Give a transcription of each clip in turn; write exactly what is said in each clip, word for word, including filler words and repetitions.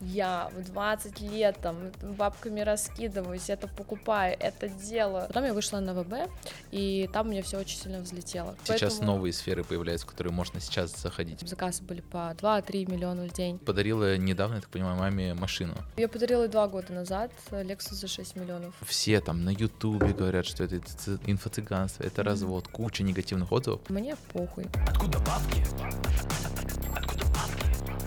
я в двадцать лет там бабками раскидываюсь, это покупаю, это делаю. Потом я вышла на ВБ, и там у меня все очень сильно взлетело. Сейчас Поэтому новые сферы появляются, в которые можно сейчас заходить. заказы были по два-три миллиона в день. Подарила недавно, я так понимаю, маме машину. Я подарила два года назад Lexus за шесть миллионов. Все там на Ютубе говорят, что это инфо-цыганство, это mm-hmm. развод, куча негативных отзывов. Мне похуй. Откуда бабки? Откуда бабки?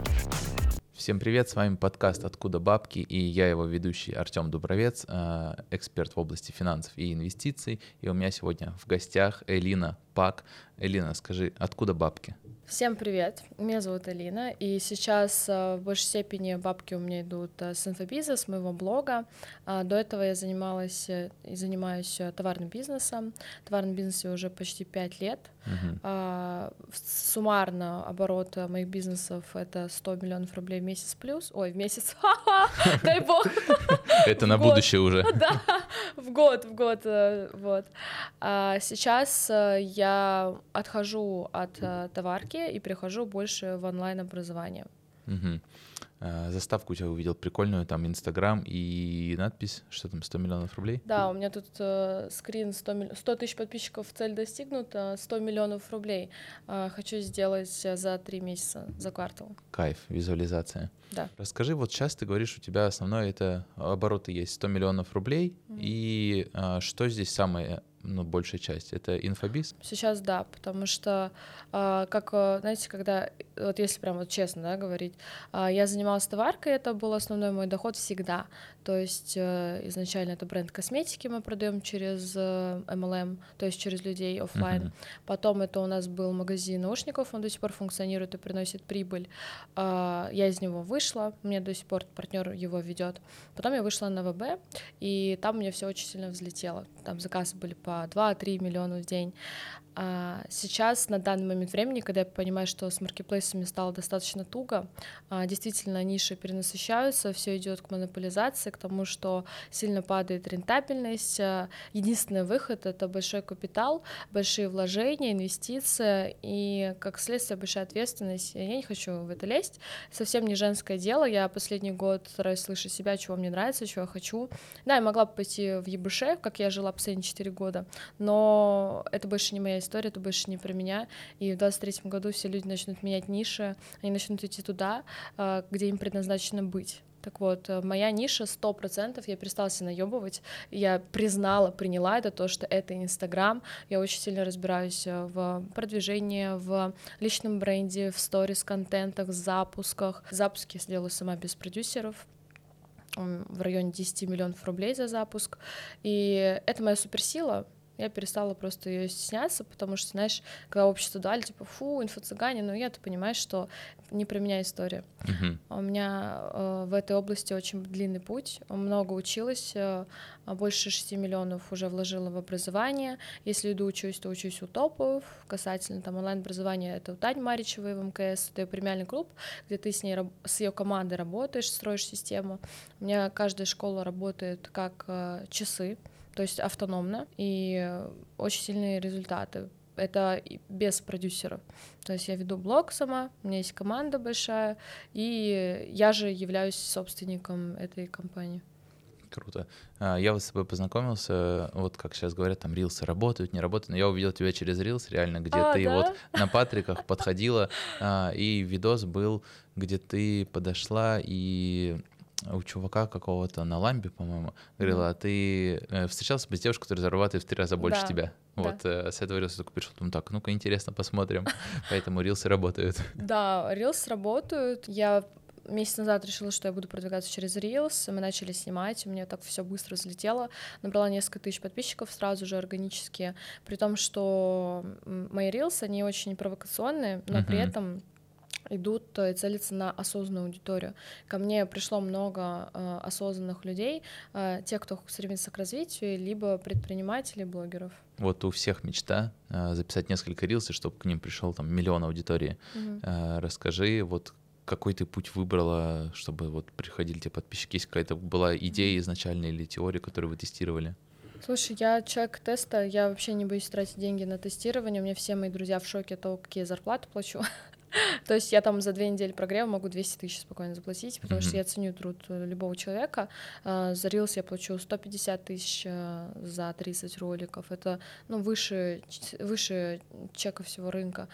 Всем привет, с вами подкаст «Откуда бабки» и я его ведущий Артем Дубровец, эксперт в области финансов и инвестиций. И у меня сегодня в гостях Элина Пак. Элина, скажи, откуда бабки? Всем привет, меня зовут Алина, и сейчас в большей степени бабки у меня идут с инфобиза, с моего блога. До этого я занималась и занимаюсь товарным бизнесом. В товарном бизнесе уже почти пять лет. Uh-huh. Суммарно оборот моих бизнесов — это сто миллионов рублей в месяц плюс. Ой, в месяц, дай бог. Это на будущее уже. Да, в год, в год, вот. Сейчас я отхожу от товарки и перехожу больше в онлайн-образование. Угу. Заставку у тебя увидел прикольную, там Инстаграм и надпись, что там, сто миллионов рублей? Да, у меня тут э, скрин сто тысяч подписчиков, цель достигнута, сто миллионов рублей. Э, хочу сделать за три месяца, за квартал. Кайф, визуализация. Да. Расскажи, вот сейчас ты говоришь, у тебя основное это обороты есть сто миллионов рублей, mm-hmm. и а, что здесь самое, ну, большая часть? Это инфобиз? Сейчас да, потому что, а, как, знаете, когда, вот если прям вот честно, да, говорить, а, я занималась товаркой, это был основной мой доход всегда. То есть изначально это бренд косметики, мы продаем через эм эл эм, то есть через людей офлайн. Uh-huh. Потом это у нас был магазин наушников, он до сих пор функционирует и приносит прибыль. Я из него вышла, мне до сих пор партнер его ведет. Потом я вышла на ВБ, и там у меня все очень сильно взлетело. Там заказы были по два-три миллиона в день. А сейчас, на данный момент времени, когда я понимаю, что с маркетплейсами стало достаточно туго, действительно ниши перенасыщаются, все идет к монополизации, к тому, что сильно падает рентабельность. Единственный выход — это большой капитал, большие вложения, инвестиции и, как следствие, большая ответственность. Я не хочу в это лезть. Совсем не женское дело. Я последний год стараюсь слышать себя, чего мне нравится, чего я хочу. Да, я могла бы пойти в ЕБШ, как я жила последние четыре года, но это больше не моя история, это больше не про меня, и в двадцать третьем году все люди начнут менять ниши, они начнут идти туда, где им предназначено быть. Так вот, моя ниша сто процентов, я перестала себя наебывать, я признала, приняла это, то, что это Инстаграм, я очень сильно разбираюсь в продвижении, в личном бренде, в сторис-контентах, в запусках. Запуски я делаю сама без продюсеров, в районе десять миллионов рублей за запуск, и это моя суперсила. Я перестала просто ее стесняться, потому что, знаешь, когда общество дали, типа, фу, инфо-цыгане, но я-то понимаю, что не про меня история. Uh-huh. У меня э, в этой области очень длинный путь, много училась, э, больше шести миллионов уже вложила в образование. Если иду учусь, то учусь у топов. Касательно там онлайн-образования, это у Тани Маричевой в эм ка эс, это ее премиальный клуб, где ты с ней, с ее командой работаешь, строишь систему. У меня каждая школа работает как э, часы, то есть автономно, и очень сильные результаты. Это без продюсеров. То есть я веду блог сама, у меня есть команда большая, и я же являюсь собственником этой компании. Круто. Я вот с тобой познакомился, вот как сейчас говорят, там рилсы работают, не работают, но я увидел тебя через рилс, реально, где а, ты да? вот на Патриках подходила, и видос был, где ты подошла и у чувака какого-то на ламбе, по-моему, говорила, а ты э, встречался бы с девушкой, которая зарабатывает в три раза больше да, тебя? Да. Вот э, с этого рилса только пришел, думаю, так, ну-ка, интересно, посмотрим. Поэтому рилсы работают. Да, рилсы работают. Я месяц назад решила, что я буду продвигаться через Reels, мы начали снимать, у меня так все быстро взлетело, набрала несколько тысяч подписчиков сразу же органически, при том, что мои Reels, они очень провокационные, но uh-huh. при этом идут и целятся на осознанную аудиторию. Ко мне пришло много э, осознанных людей, э, те, кто стремится к развитию, либо предпринимателей, блогеров. Вот у всех мечта э, записать несколько рилсов, чтобы к ним пришел там миллион аудитории. Uh-huh. Э, расскажи, вот какой ты путь выбрала, чтобы вот приходили тебе подписчики? Есть какая-то была идея изначально или теория, которую вы тестировали? Слушай, я человек теста, я вообще не боюсь тратить деньги на тестирование, у меня все мои друзья в шоке от того, какие я зарплаты плачу. То есть я там за две недели прогрева могу двести тысяч спокойно заплатить, потому Мгм. что я ценю труд э, любого человека. А, За Reels я плачу сто пятьдесят тысяч э, за тридцать роликов. Это, ну, выше, ч- выше чека всего рынка.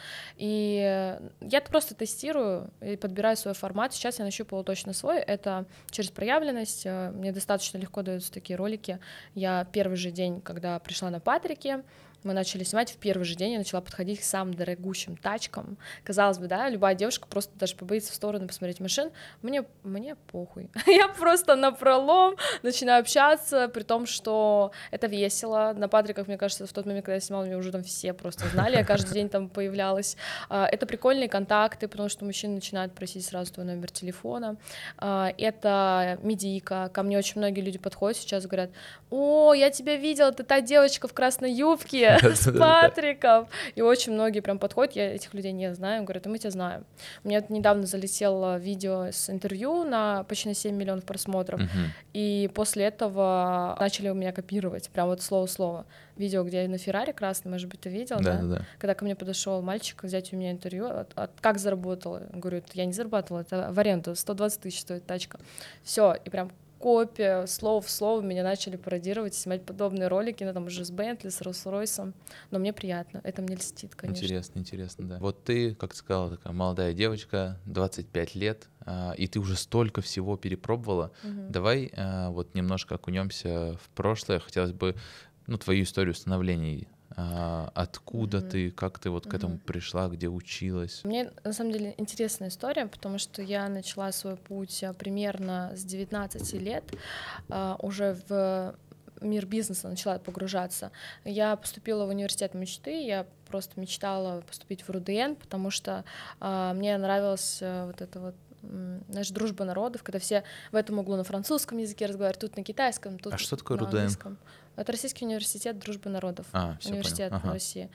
И э, я просто тестирую и подбираю свой формат. Сейчас я нащупала точно свой. Это через проявленность. Э, Мне достаточно легко даются такие ролики. Я первый же день, когда пришла на Патрике, мы начали снимать, в первый же день я начала подходить к самым дорогущим тачкам. Казалось бы, да, любая девушка просто даже побоится в сторону посмотреть машин. Мне, мне похуй. Я просто напролом начинаю общаться, при том, что это весело. На Патриках, мне кажется, в тот момент, когда я снимала, меня уже там все просто знали, я каждый день там появлялась. А, Это прикольные контакты, потому что мужчины начинают просить сразу твой номер телефона. А, Это медийка. Ко мне очень многие люди подходят сейчас, говорят: о, я тебя видела, ты та девочка в красной юбке с Да-да-да. Патриком. И очень многие прям подходят, я этих людей не знаю, говорят: а мы тебя знаем. У меня вот недавно залетело видео с интервью на почти на семь миллионов просмотров, Мгм. и после этого начали у меня копировать, прям вот слово-слово. Видео, где я на Феррари красный, может быть, ты видел, да? Да-да-да. Когда ко мне подошел мальчик взять у меня интервью, от- от- как заработала? Говорю: я не зарабатывала, это в аренду, сто двадцать тысяч стоит тачка. Все, и прям копия, слово в слово меня начали пародировать, снимать подобные ролики, ну, там уже с Бентли, с Роллс-Ройсом, но мне приятно, это мне льстит, конечно. Интересно, интересно, да. Вот ты, как ты сказала, такая молодая девочка, двадцать пять лет, а, и ты уже столько всего перепробовала. Мгм. Давай а, вот немножко окунемся в прошлое. Хотелось бы, ну, твою историю становления. А, Откуда Мгм. ты, как ты вот к этому Мгм. пришла, где училась? Мне на самом деле интересная история, потому что я начала свой путь а, примерно с девятнадцати лет, а, уже в мир бизнеса начала погружаться. Я поступила в университет мечты, я просто мечтала поступить в РУДН, потому что а, мне нравилась а, вот эта вот м, знаешь, дружба народов, когда все в этом углу на французском языке разговаривают, тут на китайском, тут А что такое на РУДН? английском. Это Российский университет дружбы народов, А, все понял. университет в Ага. России.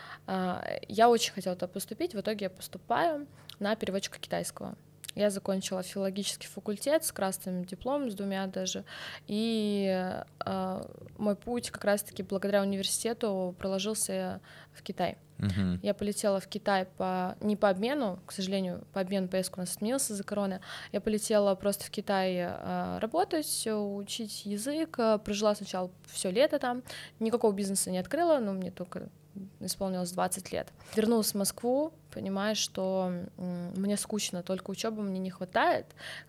А, Я очень хотела туда поступить, в итоге я поступаю на переводчика китайского. Я закончила филологический факультет с красным дипломом, с двумя даже, и а, мой путь как раз-таки благодаря университету проложился в Китай. Мгм. Я полетела в Китай по не по обмену, к сожалению, по обмену поездка у нас отменился из-за короны. Я полетела просто в Китай а, работать, учить язык, а, прожила сначала все лето там, никакого бизнеса не открыла, но мне только исполнилось двадцать лет. Вернулась в Москву, понимая, что м, мне скучно, только учебы мне не хватает,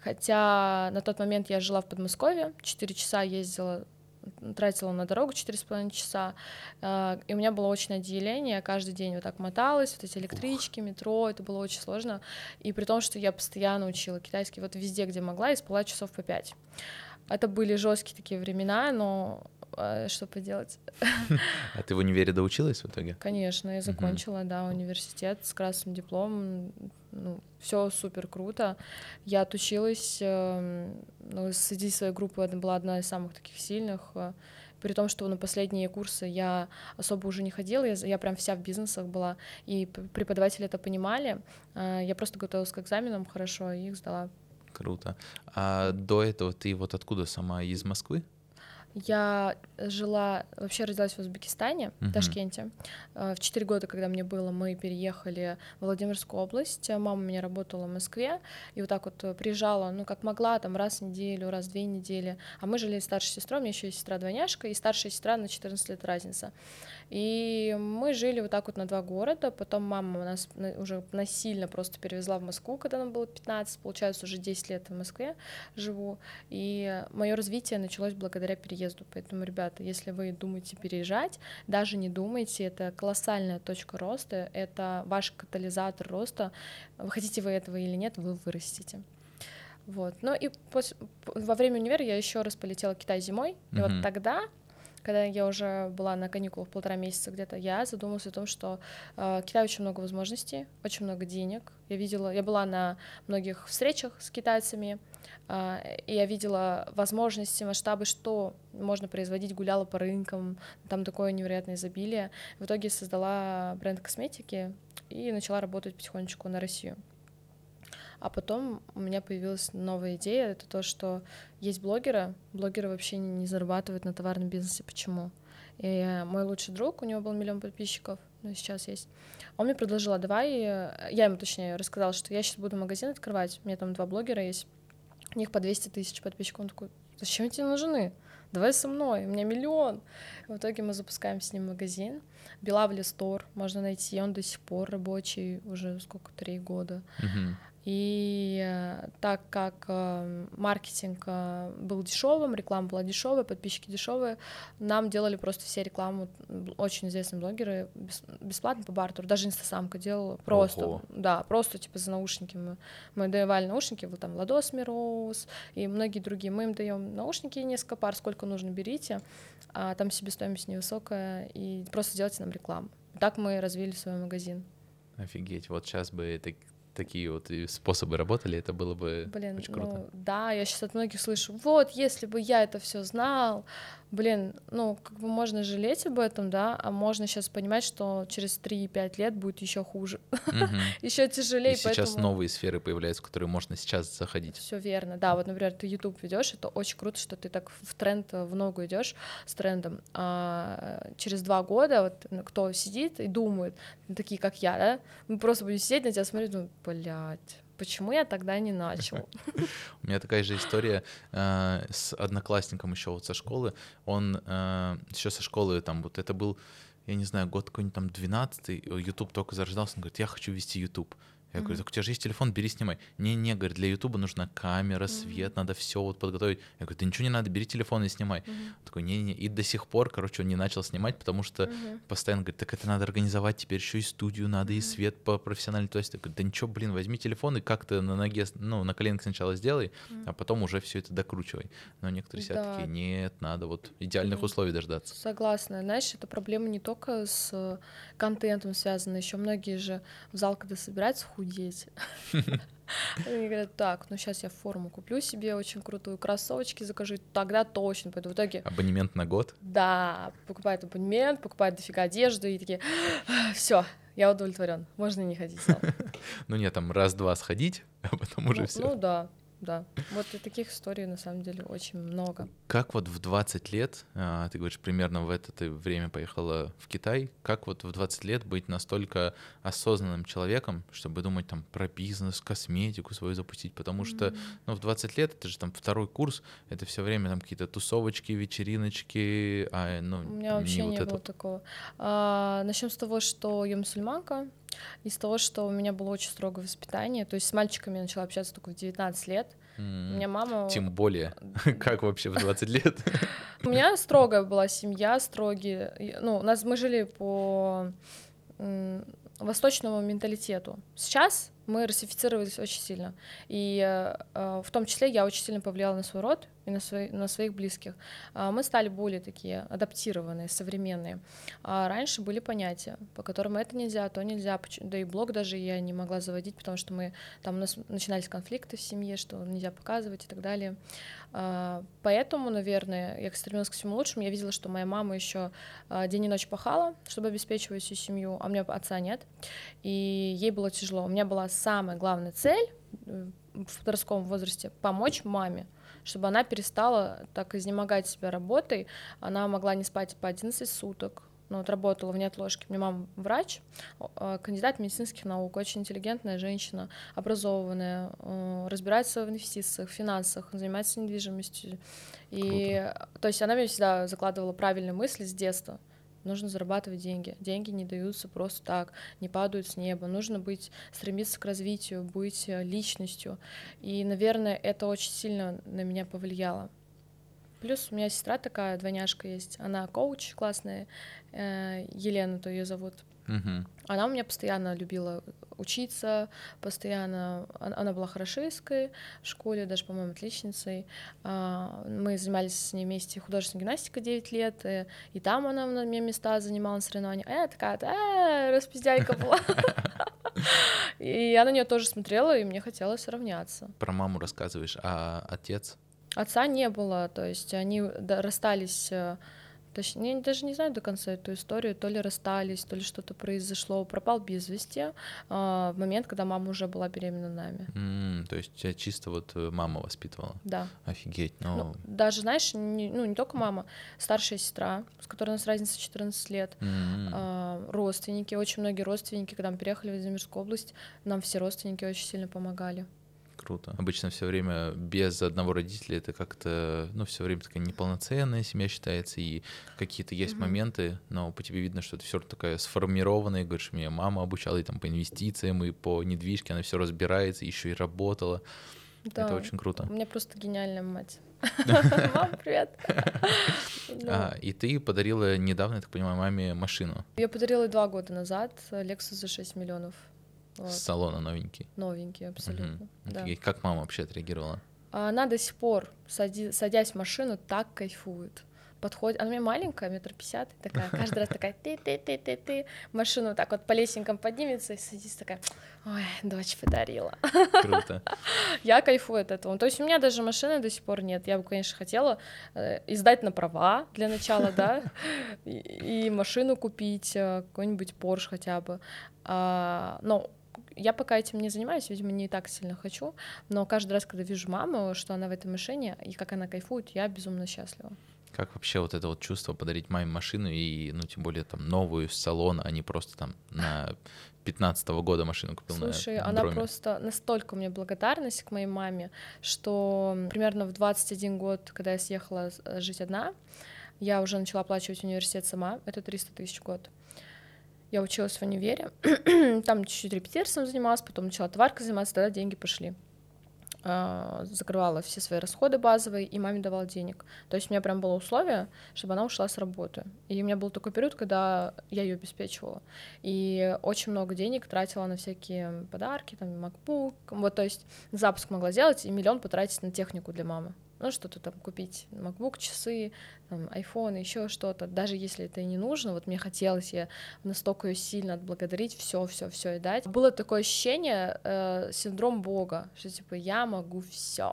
хотя на тот момент я жила в Подмосковье, четыре часа ездила, тратила на дорогу четыре с половиной часа, а, и у меня было очное отделение, я каждый день вот так моталась, вот эти электрички, метро, это было очень сложно, и при том, что я постоянно учила китайский, вот везде, где могла, и спала часов по пять. Это были жесткие такие времена, но а, что поделать? А ты в универе доучилась в итоге? Конечно, я Мгм. закончила, да, университет с красным дипломом, ну, все супер круто. Я отучилась, эм, ну, среди своей группы это была одна из самых таких сильных, э, при том, что на последние курсы я особо уже не ходила, я, я прям вся в бизнесах была, и п- преподаватели это понимали, э, я просто готовилась к экзаменам хорошо, и их сдала. Круто. А до этого ты вот откуда сама, из Москвы? Я жила, вообще родилась в Узбекистане, в Мгм. Ташкенте. Э, В четыре года, когда мне было, мы переехали в Владимирскую область. Мама у меня работала в Москве, и вот так вот э, приезжала, ну, как могла, там, раз в неделю, раз в две недели. А мы жили с старшей сестрой, у меня еще есть сестра-двойняшка, и старшая сестра на четырнадцать лет разница. И мы жили вот так вот на два города, потом мама нас на- уже насильно просто перевезла в Москву, когда нам было пятнадцать, получается, уже десять лет в Москве живу, и мое развитие началось благодаря переезду, поэтому, ребята, если вы думаете переезжать, даже не думайте, это колоссальная точка роста, это ваш катализатор роста, вы хотите вы этого или нет, вы вырастете. Вот. Ну и пос- во время универа я еще раз полетела в Китай зимой, и вот Мгм. тогда, когда я уже была на каникулах полтора месяца где-то, я задумалась о том, что э, в Китае очень много возможностей, очень много денег. Я видела, я была на многих встречах с китайцами, э, и я видела возможности, масштабы, что можно производить, гуляла по рынкам, там такое невероятное изобилие. В итоге создала бренд косметики и начала работать потихонечку на Россию. А потом у меня появилась новая идея, это то, что есть блогеры, блогеры вообще не зарабатывают на товарном бизнесе. Почему? И мой лучший друг, у него был миллион подписчиков, но сейчас есть. Он мне предложил, а давай, э, я ему, точнее, рассказала, что я сейчас буду магазин открывать, у меня там два блогера есть, у них по двести тысяч подписчиков. Он такой, зачем тебе нужны? Давай со мной, у меня миллион. В итоге мы запускаем с ним магазин. Белавли Стор можно найти, он до сих пор рабочий, уже сколько, три года. Мгм. И э, так как э, маркетинг э, был дешевым, реклама была дешевая, подписчики дешевые, нам делали просто все рекламу, бл- очень известные блогеры, бес- бесплатно по бартеру, даже инстасамка делала, просто, Ого. да, просто типа за наушники мы, мы давали наушники, вот там Ладос Мороз и многие другие, мы им даем наушники, несколько пар, сколько нужно берите, а там себестоимость невысокая, и просто делайте нам рекламу. Так мы развили свой магазин. Офигеть, вот сейчас бы так- такие вот и способы работали, это было бы Блин, очень круто. ну да, я сейчас от многих слышу, вот, если бы я это все знал, блин, ну, как бы можно жалеть об этом, да, а можно сейчас понимать, что через три-пять лет будет еще хуже, Мгм. еще И тяжелее, сейчас поэтому... новые сферы появляются, в которые можно сейчас заходить. Все верно, да, вот, например, ты YouTube ведешь, это очень круто, что ты так в тренд, в ногу идешь с трендом, а через два года вот ну, кто сидит и думает, ну, такие как я, да, мы просто будем сидеть на тебя смотреть, думать, блядь, почему я тогда не начал? У меня такая же история э, с одноклассником еще вот со школы. Он еще со школы там вот это был, я не знаю, год какой-нибудь там двенадцатый, YouTube только зарождался, он говорит, я хочу вести YouTube. Я говорю, так у тебя же есть телефон, бери, снимай. Не-не, говорит, для Ютуба нужна камера, свет, надо все вот подготовить. Я говорю, да ничего не надо, бери телефон и снимай. Он такой, не-не, и до сих пор, короче, он не начал снимать, потому что постоянно говорит, так это надо организовать, теперь еще и студию надо, и свет по профессиональному. То есть, я говорю, да ничего, блин, возьми телефон и как-то на ноге, ну, на коленке сначала сделай, а потом уже все это докручивай. Но некоторые сидят Да. такие, нет, надо вот идеальных Мгм. условий дождаться. Согласна. Знаешь, это проблема не только с э, контентом связана, еще многие же в зал, когда собираются, худеть. Они говорят, так, ну сейчас я форму куплю себе очень крутую, кроссовочки закажу, тогда точно пойду. В итоге, Абонемент на год. да, покупают абонемент, покупают дофига одежды и такие, все, я удовлетворен, можно и не ходить в зал. Ну нет, там раз-два сходить, а потом уже Ну, все. ну да, да. Вот и таких историй на самом деле очень много. Как вот в двадцать лет, а, ты говоришь, примерно в это ты время поехала в Китай, как вот в двадцать лет быть настолько осознанным человеком, чтобы думать там про бизнес, косметику свою запустить, потому что, ну, в двадцать лет, это же там второй курс, это все время там какие-то тусовочки, вечериночки, а, ну, У меня вообще вот не это было вот. такого. А, начнем с того, что я мусульманка, и с того, что у меня было очень строгое воспитание. То есть с мальчиками я начала общаться только в девятнадцать лет. У М, меня мама... Тем более, как вообще в двадцать лет? У меня строгая была семья, строгие... и, Ну, у нас мы жили по м, восточному менталитету. Сейчас мы русифицировались очень сильно. И э, э, в том числе я очень сильно повлияла на свой род и на, свои, на своих близких. А мы стали более такие адаптированные, современные. А раньше были понятия, по которым это нельзя, то нельзя. поч- Да и блог даже я не могла заводить, потому что мы там у нас начинались конфликты в семье, что нельзя показывать и так далее. А, Поэтому, наверное, я стремилась к всему лучшему. Я видела, что моя мама еще день и ночь пахала, чтобы обеспечивать всю семью, а у меня отца нет. И ей было тяжело. У меня была самая главная цель э, в подростковом возрасте — помочь маме, чтобы она перестала так изнемогать себя работой. Она могла не спать по одиннадцать суток. Ну, вот работала в неотложке. У меня мама врач, э, кандидат медицинских наук, очень интеллигентная женщина, образованная, э, разбирается в инвестициях, в финансах, занимается недвижимостью. И, то есть она мне всегда закладывала правильные мысли с детства. Нужно зарабатывать деньги. Деньги не даются просто так, не падают с неба. Нужно быть, стремиться к развитию, быть э, личностью. И, наверное, это очень сильно на меня повлияло. Плюс у меня сестра такая, двойняшка есть. Она коуч классная, э, Елена, то ее зовут. Мгм. Она у меня постоянно любила учиться, постоянно... он- Она была хорошисткой в школе, даже, по-моему, отличницей. А, Мы занимались с ней вместе художественной гимнастикой девять лет, и, и там она на мне места занимала на соревнованиях. А я такая, «Э, распиздяйка была». И я на нее тоже смотрела, и мне хотелось равняться. Про маму рассказываешь, а отец? Отца не было, то есть они да, расстались э, Точнее, я даже не знаю до конца эту историю, то ли расстались, то ли что-то произошло, пропал без вести а, в момент, когда мама уже была беременна нами. М, то есть тебя чисто вот э, мама воспитывала? Да. Офигеть, Ну, ну... даже, знаешь, не, ну, не только мама, старшая сестра, с которой у нас разница четырнадцать лет, м, а, родственники, очень многие родственники, когда мы переехали в Владимирскую область, нам все родственники очень сильно помогали. Круто. Обычно все время без одного родителя это как-то, ну, все время такая неполноценная семья считается, и какие-то есть Мгм. моменты, но по тебе видно, что это все такая сформированная, говоришь, меня мама обучала и там по инвестициям, и по недвижке, она все разбирается, еще и работала. Это Да, очень круто. у меня просто гениальная мать. Мам, привет. Ну, А, и ты подарила недавно, я так понимаю, маме машину я подарила ей два года назад Lexus за шесть миллионов. с Вот. салона новенький. Новенький Мгм. абсолютно. Да. Офигеть. Как мама вообще отреагировала? А она до сих пор, сади- садясь в машину, так кайфует. Подходит, она у меня маленькая, метр пятьдесят, такая, каждый раз такая, ты-ты-ты-ты-ты, машину так вот по лесенкам поднимется и садится такая, ой, дочь подарила. Круто. Я кайфую от этого. То есть у меня даже машины до сих пор нет. Я бы, конечно, хотела э, издать на права для начала, да, и, и машину купить, э, какой-нибудь Porsche хотя бы. А, но я пока этим не занимаюсь, видимо, не так сильно хочу, но каждый раз, когда вижу маму, что она в этой машине, и как она кайфует, я безумно счастлива. Как вообще вот это вот чувство подарить маме машину и, ну, тем более там новую с салона, а не просто там на пятнадцатого года машину купил Слушай, на она дроме. просто настолько у меня благодарность к моей маме, что примерно в двадцать один год, когда я съехала э, жить одна, я уже начала оплачивать университет сама, это триста тысяч в год. Я училась в универе, там чуть-чуть репетиторством занималась, потом начала товаркой заниматься, тогда деньги пошли. А, закрывала все свои расходы базовые и маме давала денег. То есть у меня прям было условие, чтобы она ушла с работы. И у меня был такой период, когда я ее обеспечивала. И очень много денег тратила на всякие подарки, там, MacBook. Вот, то есть запуск могла сделать и миллион потратить на технику для мамы. Ну, что-то там купить, MacBook, часы, там, iPhone, еще что-то. Даже если это и не нужно, вот мне хотелось, я настолько ее сильно отблагодарить, все, все, все и дать. Было такое ощущение, э, синдром Бога, что типа я могу все.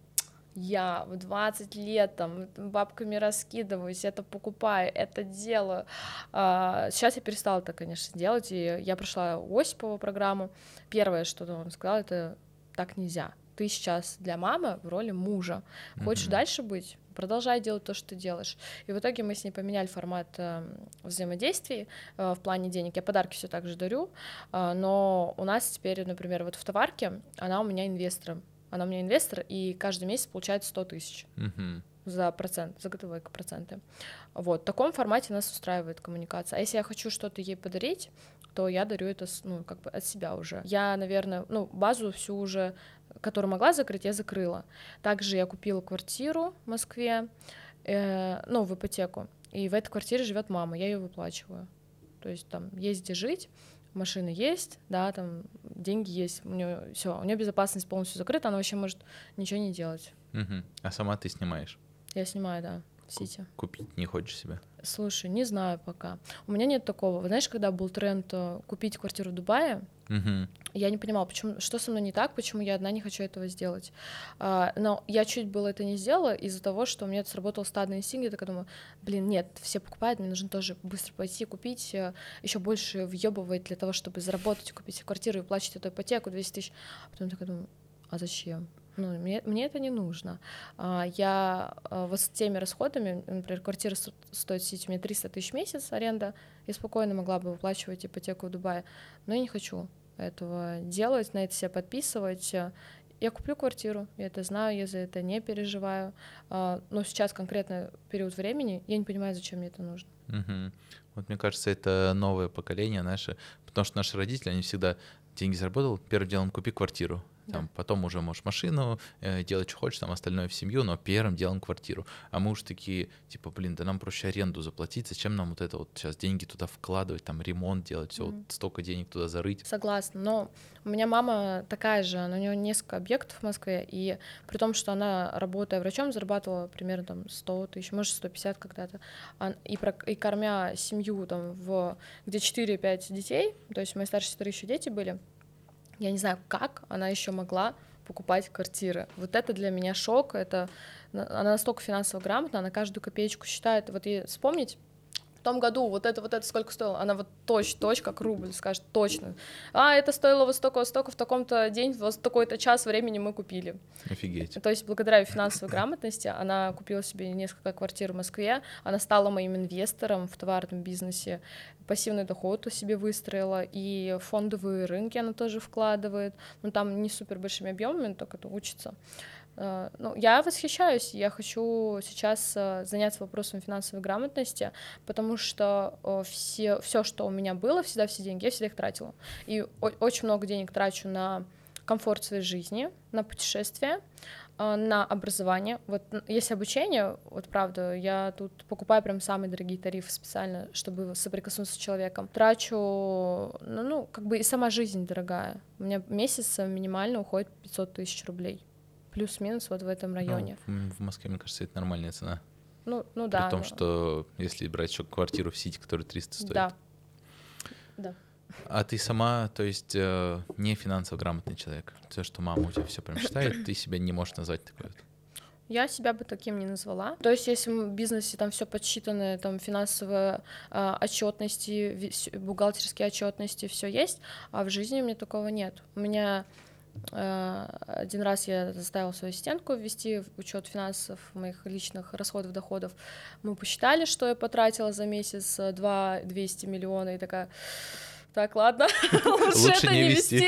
Я в двадцать лет там бабками раскидываюсь, это покупаю, это делаю. А, сейчас я перестала это, конечно, делать, и я прошла Осипову программу. Первое, что он сказал, это так нельзя. Ты сейчас для мамы в роли мужа. Хочешь Мгм. дальше быть? Продолжай делать то, что ты делаешь. И в итоге мы с ней поменяли формат э, взаимодействий э, в плане денег. Я подарки все так же дарю, э, но у нас теперь, например, вот в товарке она у меня инвестором. Она у меня инвестор, и каждый месяц получает сто тысяч Мгм. за процент, за годовые проценты. Вот, в таком формате нас устраивает коммуникация. А если я хочу что-то ей подарить, то я дарю это, с- ну, как бы от себя уже. Я, наверное, ну, базу всю уже, которую могла закрыть, я закрыла. Также я купила квартиру в Москве, э, ну, в ипотеку, и в этой квартире живет мама, я ее выплачиваю. То есть там есть где жить, машина есть, да, там деньги есть, у нее все, у нее безопасность полностью закрыта, она вообще может ничего не делать. Мгм. А сама ты снимаешь? Я снимаю, да, в Сити. Купить не хочешь себе? Слушай, не знаю пока. У меня нет такого. Вы знаешь, когда был тренд э, купить квартиру в Дубае, Мгм. я не понимала, почему, что со мной не так, почему я одна не хочу этого сделать. А, но я чуть было это не сделала из-за того, что у меня сработал стадный инстинкт. Я такая думаю, блин, нет, все покупают, мне нужно тоже быстро пойти купить, еще больше въебывать для того, чтобы заработать, купить квартиру и платить эту ипотеку двести тысяч. А потом такая думаю, а зачем? Ну, мне, мне это не нужно. А, я а, вот с теми расходами, например, квартира сто- стоит в Сити, у меня триста тысяч в месяц аренда, я спокойно могла бы выплачивать ипотеку в Дубае, но я не хочу этого делать, на это себя подписывать. Я куплю квартиру, я это знаю, я за это не переживаю. А, но сейчас конкретно период времени я не понимаю, зачем мне это нужно. Мгм. Вот мне кажется, это новое поколение наше, потому что наши родители, они всегда деньги заработал, первым делом купи квартиру, там, Да. потом уже можешь машину, э, делать, что хочешь, там, остальное в семью, но первым делом квартиру. А мы уж такие, типа, блин, да нам проще аренду заплатить, зачем нам вот это вот сейчас деньги туда вкладывать, там, ремонт делать, все, Мгм. вот столько денег туда зарыть. Согласна, но у меня мама такая же, она- у нее несколько объектов в Москве, и при том, что она, работая врачом, зарабатывала примерно там сто тысяч, может, сто пятьдесят когда-то, а- и, про- и кормя семью, там, в, где четыре-пять детей, то есть у моей старшей сестры еще дети были, я не знаю, как она еще могла покупать квартиры. Вот это для меня шок, это она настолько финансово грамотна, она каждую копеечку считает. Вот и вспомнить, в том году вот это, вот это сколько стоило, она вот точь, точь, как рубль, скажет точно. А, это стоило вот столько, вот столько, в таком-то день, вот такой-то час времени мы купили. Офигеть. То есть благодаря финансовой грамотности она купила себе несколько квартир в Москве, она стала моим инвестором в товарном бизнесе, пассивный доход у себе выстроила, и фондовые рынки она тоже вкладывает, ну там не супер большими объемами, только это учится. Ну, я восхищаюсь, я хочу сейчас заняться вопросом финансовой грамотности, потому что все, все, что у меня было, всегда все деньги, я всегда их тратила. И очень много денег трачу на комфорт своей жизни, на путешествия, на образование. Вот есть обучение, вот правда, я тут покупаю прям самые дорогие тарифы специально, чтобы соприкоснуться с человеком. Трачу, ну, ну как бы и сама жизнь дорогая. У меня месяц минимально уходит пятьсот тысяч рублей. Плюс-минус вот в этом районе. Ну, в Москве, мне кажется, это нормальная цена. Ну, ну При да. том, но... что если брать еще квартиру в Сити, которая триста стоит. Да. Да. А ты сама, то есть, не финансово грамотный человек? То, что мама у тебя все прям считает, ты себя не можешь назвать такой вот? Я себя бы таким не назвала. То есть, если в бизнесе там все подсчитано, там финансовые э, отчетности, бухгалтерские отчетности, все есть, а в жизни у меня такого нет. У меня один раз я заставила свою ассистентку ввести учет финансов, моих личных расходов, доходов. Мы посчитали, что я потратила за месяц два двести миллиона, и такая, так, ладно, лучше это не вести.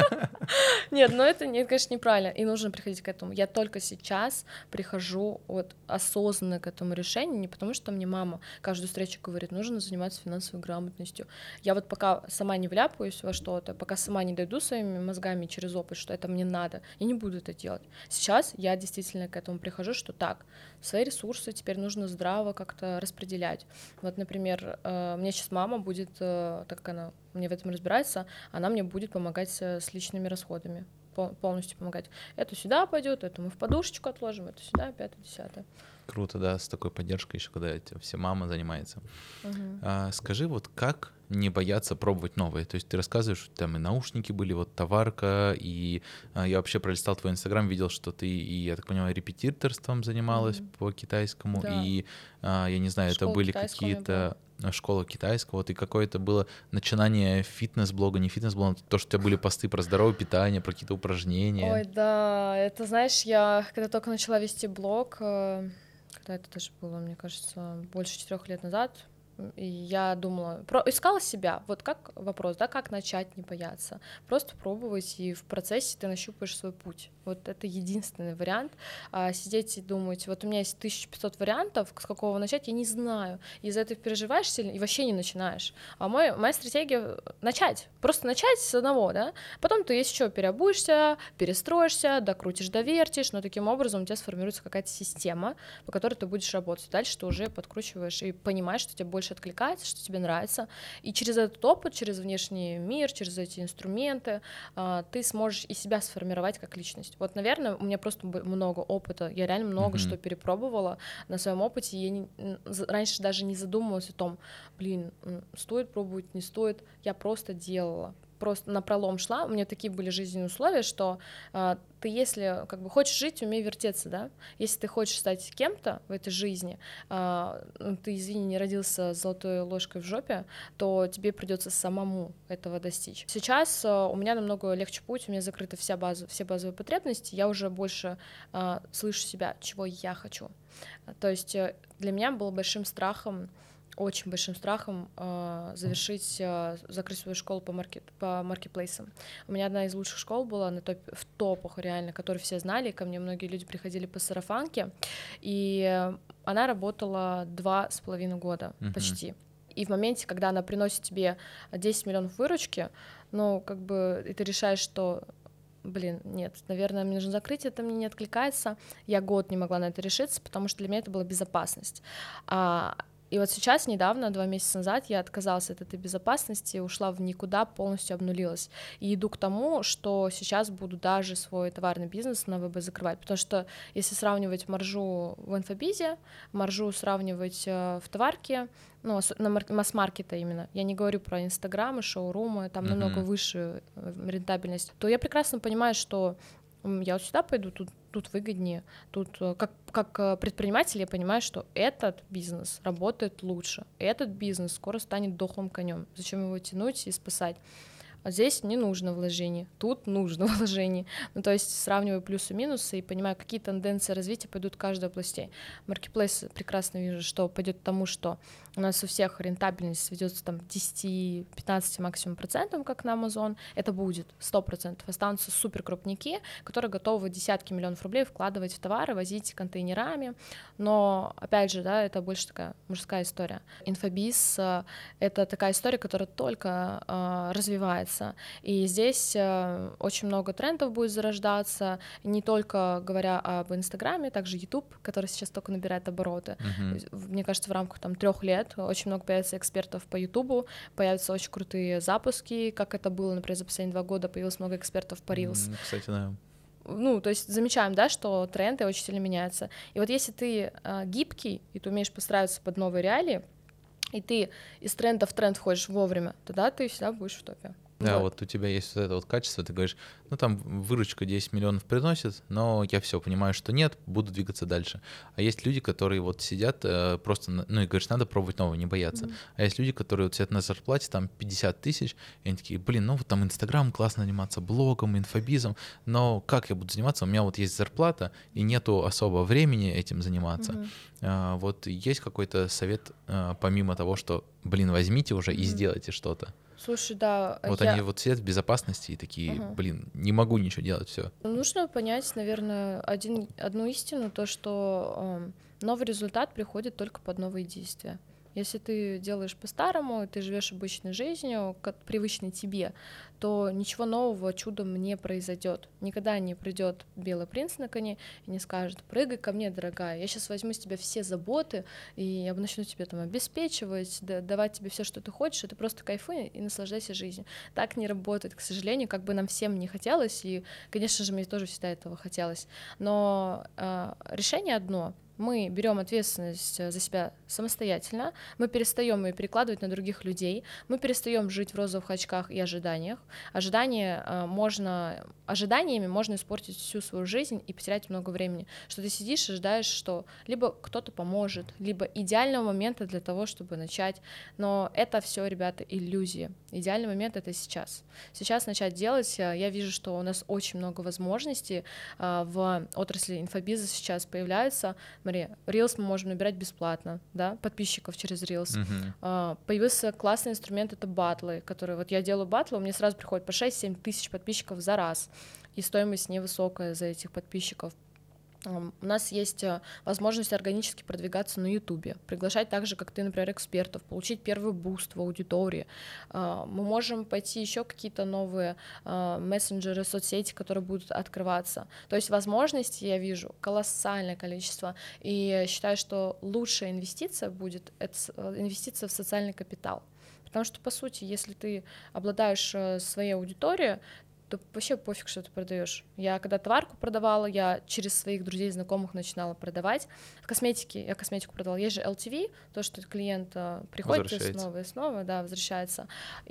Нет, но это, конечно, неправильно, и нужно приходить к этому. Я только сейчас прихожу вот осознанно к этому решению, не потому что мне мама каждую встречу говорит, нужно заниматься финансовой грамотностью. Я вот пока сама не вляпаюсь во что-то, пока сама не дойду своими мозгами через опыт, что это мне надо, я не буду это делать. Сейчас я действительно к этому прихожу, что так, свои ресурсы теперь нужно здраво как-то распределять. Вот, например, мне сейчас мама будет, так как она мне в этом разбирается, она мне будет помогать с личными расходами, полностью помогать. Это сюда пойдет, это мы в подушечку отложим, это сюда, пятое, десятое. Круто, да, с такой поддержкой еще, когда все мама занимается. Угу. А, скажи, вот как не бояться пробовать новые? То есть ты рассказываешь, там и наушники были, вот товарка, и а, я вообще пролистал твой инстаграм, видел, что ты, и, я так понимаю, репетиторством занималась mm-hmm. по китайскому, да. и, а, я не знаю, Школа это были какие-то... школа китайского, вот и какое-то было начинание фитнес-блога, не фитнес-блога, то, что у тебя были посты про здоровое питание, про какие-то упражнения. Ой, да, это, знаешь, я когда только начала вести блог, когда это даже было, мне кажется, больше четырех лет назад, и я думала, про, искала себя, вот как вопрос, да, как начать не бояться, просто пробовать, и в процессе ты нащупаешь свой путь, вот это единственный вариант, а сидеть и думать, вот у меня есть тысяча пятьсот вариантов, с какого начать, я не знаю, и из-за этого переживаешь сильно, и вообще не начинаешь, а мой, моя стратегия — начать, просто начать с одного, да, потом ты еще переобуешься, перестроишься, докрутишь, довертишь, но таким образом у тебя сформируется какая-то система, по которой ты будешь работать, дальше ты уже подкручиваешь и понимаешь, что тебе больше откликается, что тебе нравится, и через этот опыт, через внешний мир, через эти инструменты ты сможешь и себя сформировать как личность. Вот, наверное, у меня просто много опыта, я реально много mm-hmm. что перепробовала на своем опыте, и я не, раньше даже не задумывалась о том, блин, стоит пробовать, не стоит, я просто делала. Просто напролом шла, у меня такие были жизненные условия, что э, ты, если как бы хочешь жить, умей вертеться, да, если ты хочешь стать кем-то в этой жизни, э, ты, извини, не родился с золотой ложкой в жопе, то тебе придется самому этого достичь. Сейчас э, у меня намного легче путь, у меня закрыты вся база, все базовые потребности, я уже больше э, слышу себя, чего я хочу. То есть э, для меня было большим страхом, очень большим страхом э, завершить, э, закрыть свою школу по, маркет, по маркетплейсам. У меня одна из лучших школ была на топ, в топах реально, которые все знали, ко мне многие люди приходили по сарафанке, и она работала два с половиной года uh-huh. почти. И в моменте, когда она приносит тебе десять миллионов выручки, ну, как бы, и ты решаешь, что блин, нет, наверное, мне нужно закрыть, это мне не откликается. Я год не могла на это решиться, потому что для меня это была безопасность. А И вот сейчас, недавно, два месяца назад, я отказалась от этой безопасности, ушла в никуда, полностью обнулилась. И иду к тому, что сейчас буду даже свой товарный бизнес на ВБ закрывать, потому что если сравнивать маржу в инфобизе, маржу сравнивать в товарке, ну, на масс-маркета именно, я не говорю про инстаграмы, шоурумы, там mm-hmm. намного выше рентабельность, то я прекрасно понимаю, что М, Я вот сюда пойду, тут, тут выгоднее. Тут э, как, как э, предприниматель я понимаю, что этот бизнес работает лучше. Этот бизнес скоро станет дохлым конем. Зачем его тянуть и спасать? А здесь не нужно вложений, тут нужно вложений. Ну, то есть сравниваю плюсы-минусы и понимаю, какие тенденции развития пойдут в каждой области. Маркетплейс прекрасно вижу, что пойдет к тому, что у нас у всех рентабельность сведется там десять-пятнадцать максимум процентов, как на Amazon. Это будет сто процентов. Останутся супер крупники, которые готовы десятки миллионов рублей вкладывать в товары, возить контейнерами. Но, опять же, да, это больше такая мужская история. Инфобиз — это такая история, которая только э, развивается. И здесь э, очень много трендов будет зарождаться, не только говоря об Инстаграме, также YouTube, который сейчас только набирает обороты. Мгм. Мне кажется, в рамках там трех лет очень много появится экспертов по YouTube, появятся очень крутые запуски, как это было, например, за последние два года появилось много экспертов по Reels. М, Кстати, да. Ну, то есть замечаем, да, что тренды очень сильно меняются. И вот если ты э, гибкий, и ты умеешь подстраиваться под новые реалии, и ты из тренда в тренд входишь вовремя, тогда ты всегда будешь в топе. Да, вот у тебя есть вот это вот качество, ты говоришь, ну там выручка десять миллионов приносит, но я все понимаю, что нет, буду двигаться дальше. А есть люди, которые вот сидят э, просто, на- ну и говоришь, надо пробовать новое, не бояться. Мгм. А есть люди, которые вот сидят на зарплате, там пятьдесят тысяч, и они такие, блин, ну вот там Инстаграм, классно заниматься блогом, инфобизом, но как я буду заниматься? У меня вот есть зарплата, и нету особо времени этим заниматься. Мгм. А, вот есть какой-то совет, а, помимо того, что, блин, возьмите уже и Мгм. сделайте что-то? Слушай, да, Вот я... они вот сидят в безопасности и такие, Мгм. блин, не могу ничего делать, все. Нужно понять, наверное, один, одну истину, то, что эм, новый результат приходит только под новые действия. Если ты делаешь по-старому, и ты живешь обычной жизнью, как привычной тебе, то ничего нового чудом не произойдет. Никогда не придет белый принц на коне и не скажет: прыгай ко мне, дорогая, я сейчас возьму с тебя все заботы, и я начну тебе там обеспечивать, да- давать тебе все, что ты хочешь, и ты просто кайфуй и наслаждайся жизнью. Так не работает, к сожалению, как бы нам всем не хотелось, и, конечно же, мне тоже всегда этого хотелось. Но э, решение одно. Мы берем ответственность за себя самостоятельно, мы перестаем ее перекладывать на других людей, мы перестаем жить в розовых очках и ожиданиях. Ожидания э, можно, ожиданиями можно испортить всю свою жизнь и потерять много времени. Что ты сидишь и ожидаешь, что либо кто-то поможет, либо идеального момента для того, чтобы начать. Но это все, ребята, иллюзия. Идеальный момент — это сейчас. Сейчас начать делать. э, Я вижу, что у нас очень много возможностей э, в отрасли инфобиза сейчас появляются. Смотри, Reels мы можем набирать бесплатно, да, подписчиков через Reels. А, Появился классный инструмент — это батлы, которые вот я делаю батлы, у меня сразу приходит по шесть-семь тысяч подписчиков за раз, и стоимость невысокая за этих подписчиков. Ам, У нас есть э, возможность органически продвигаться на Ютубе, приглашать так же, как ты, например, экспертов, получить первый буст в аудитории. А, Мы можем пойти еще какие-то новые а, мессенджеры, соцсети, которые будут открываться. То есть возможностей я вижу колоссальное количество, и считаю, что лучшая инвестиция будет это с- э, инвестиция в социальный капитал. Потому что, по сути, если ты обладаешь э, своей аудиторией, то вообще пофиг, что ты продаешь. Я когда товарку продавала, я через своих друзей, знакомых начинала продавать. В косметике я косметику продавала. Есть же эл ти ви, то, что клиент э, приходит и Возвращается. снова и снова, да, возвращается.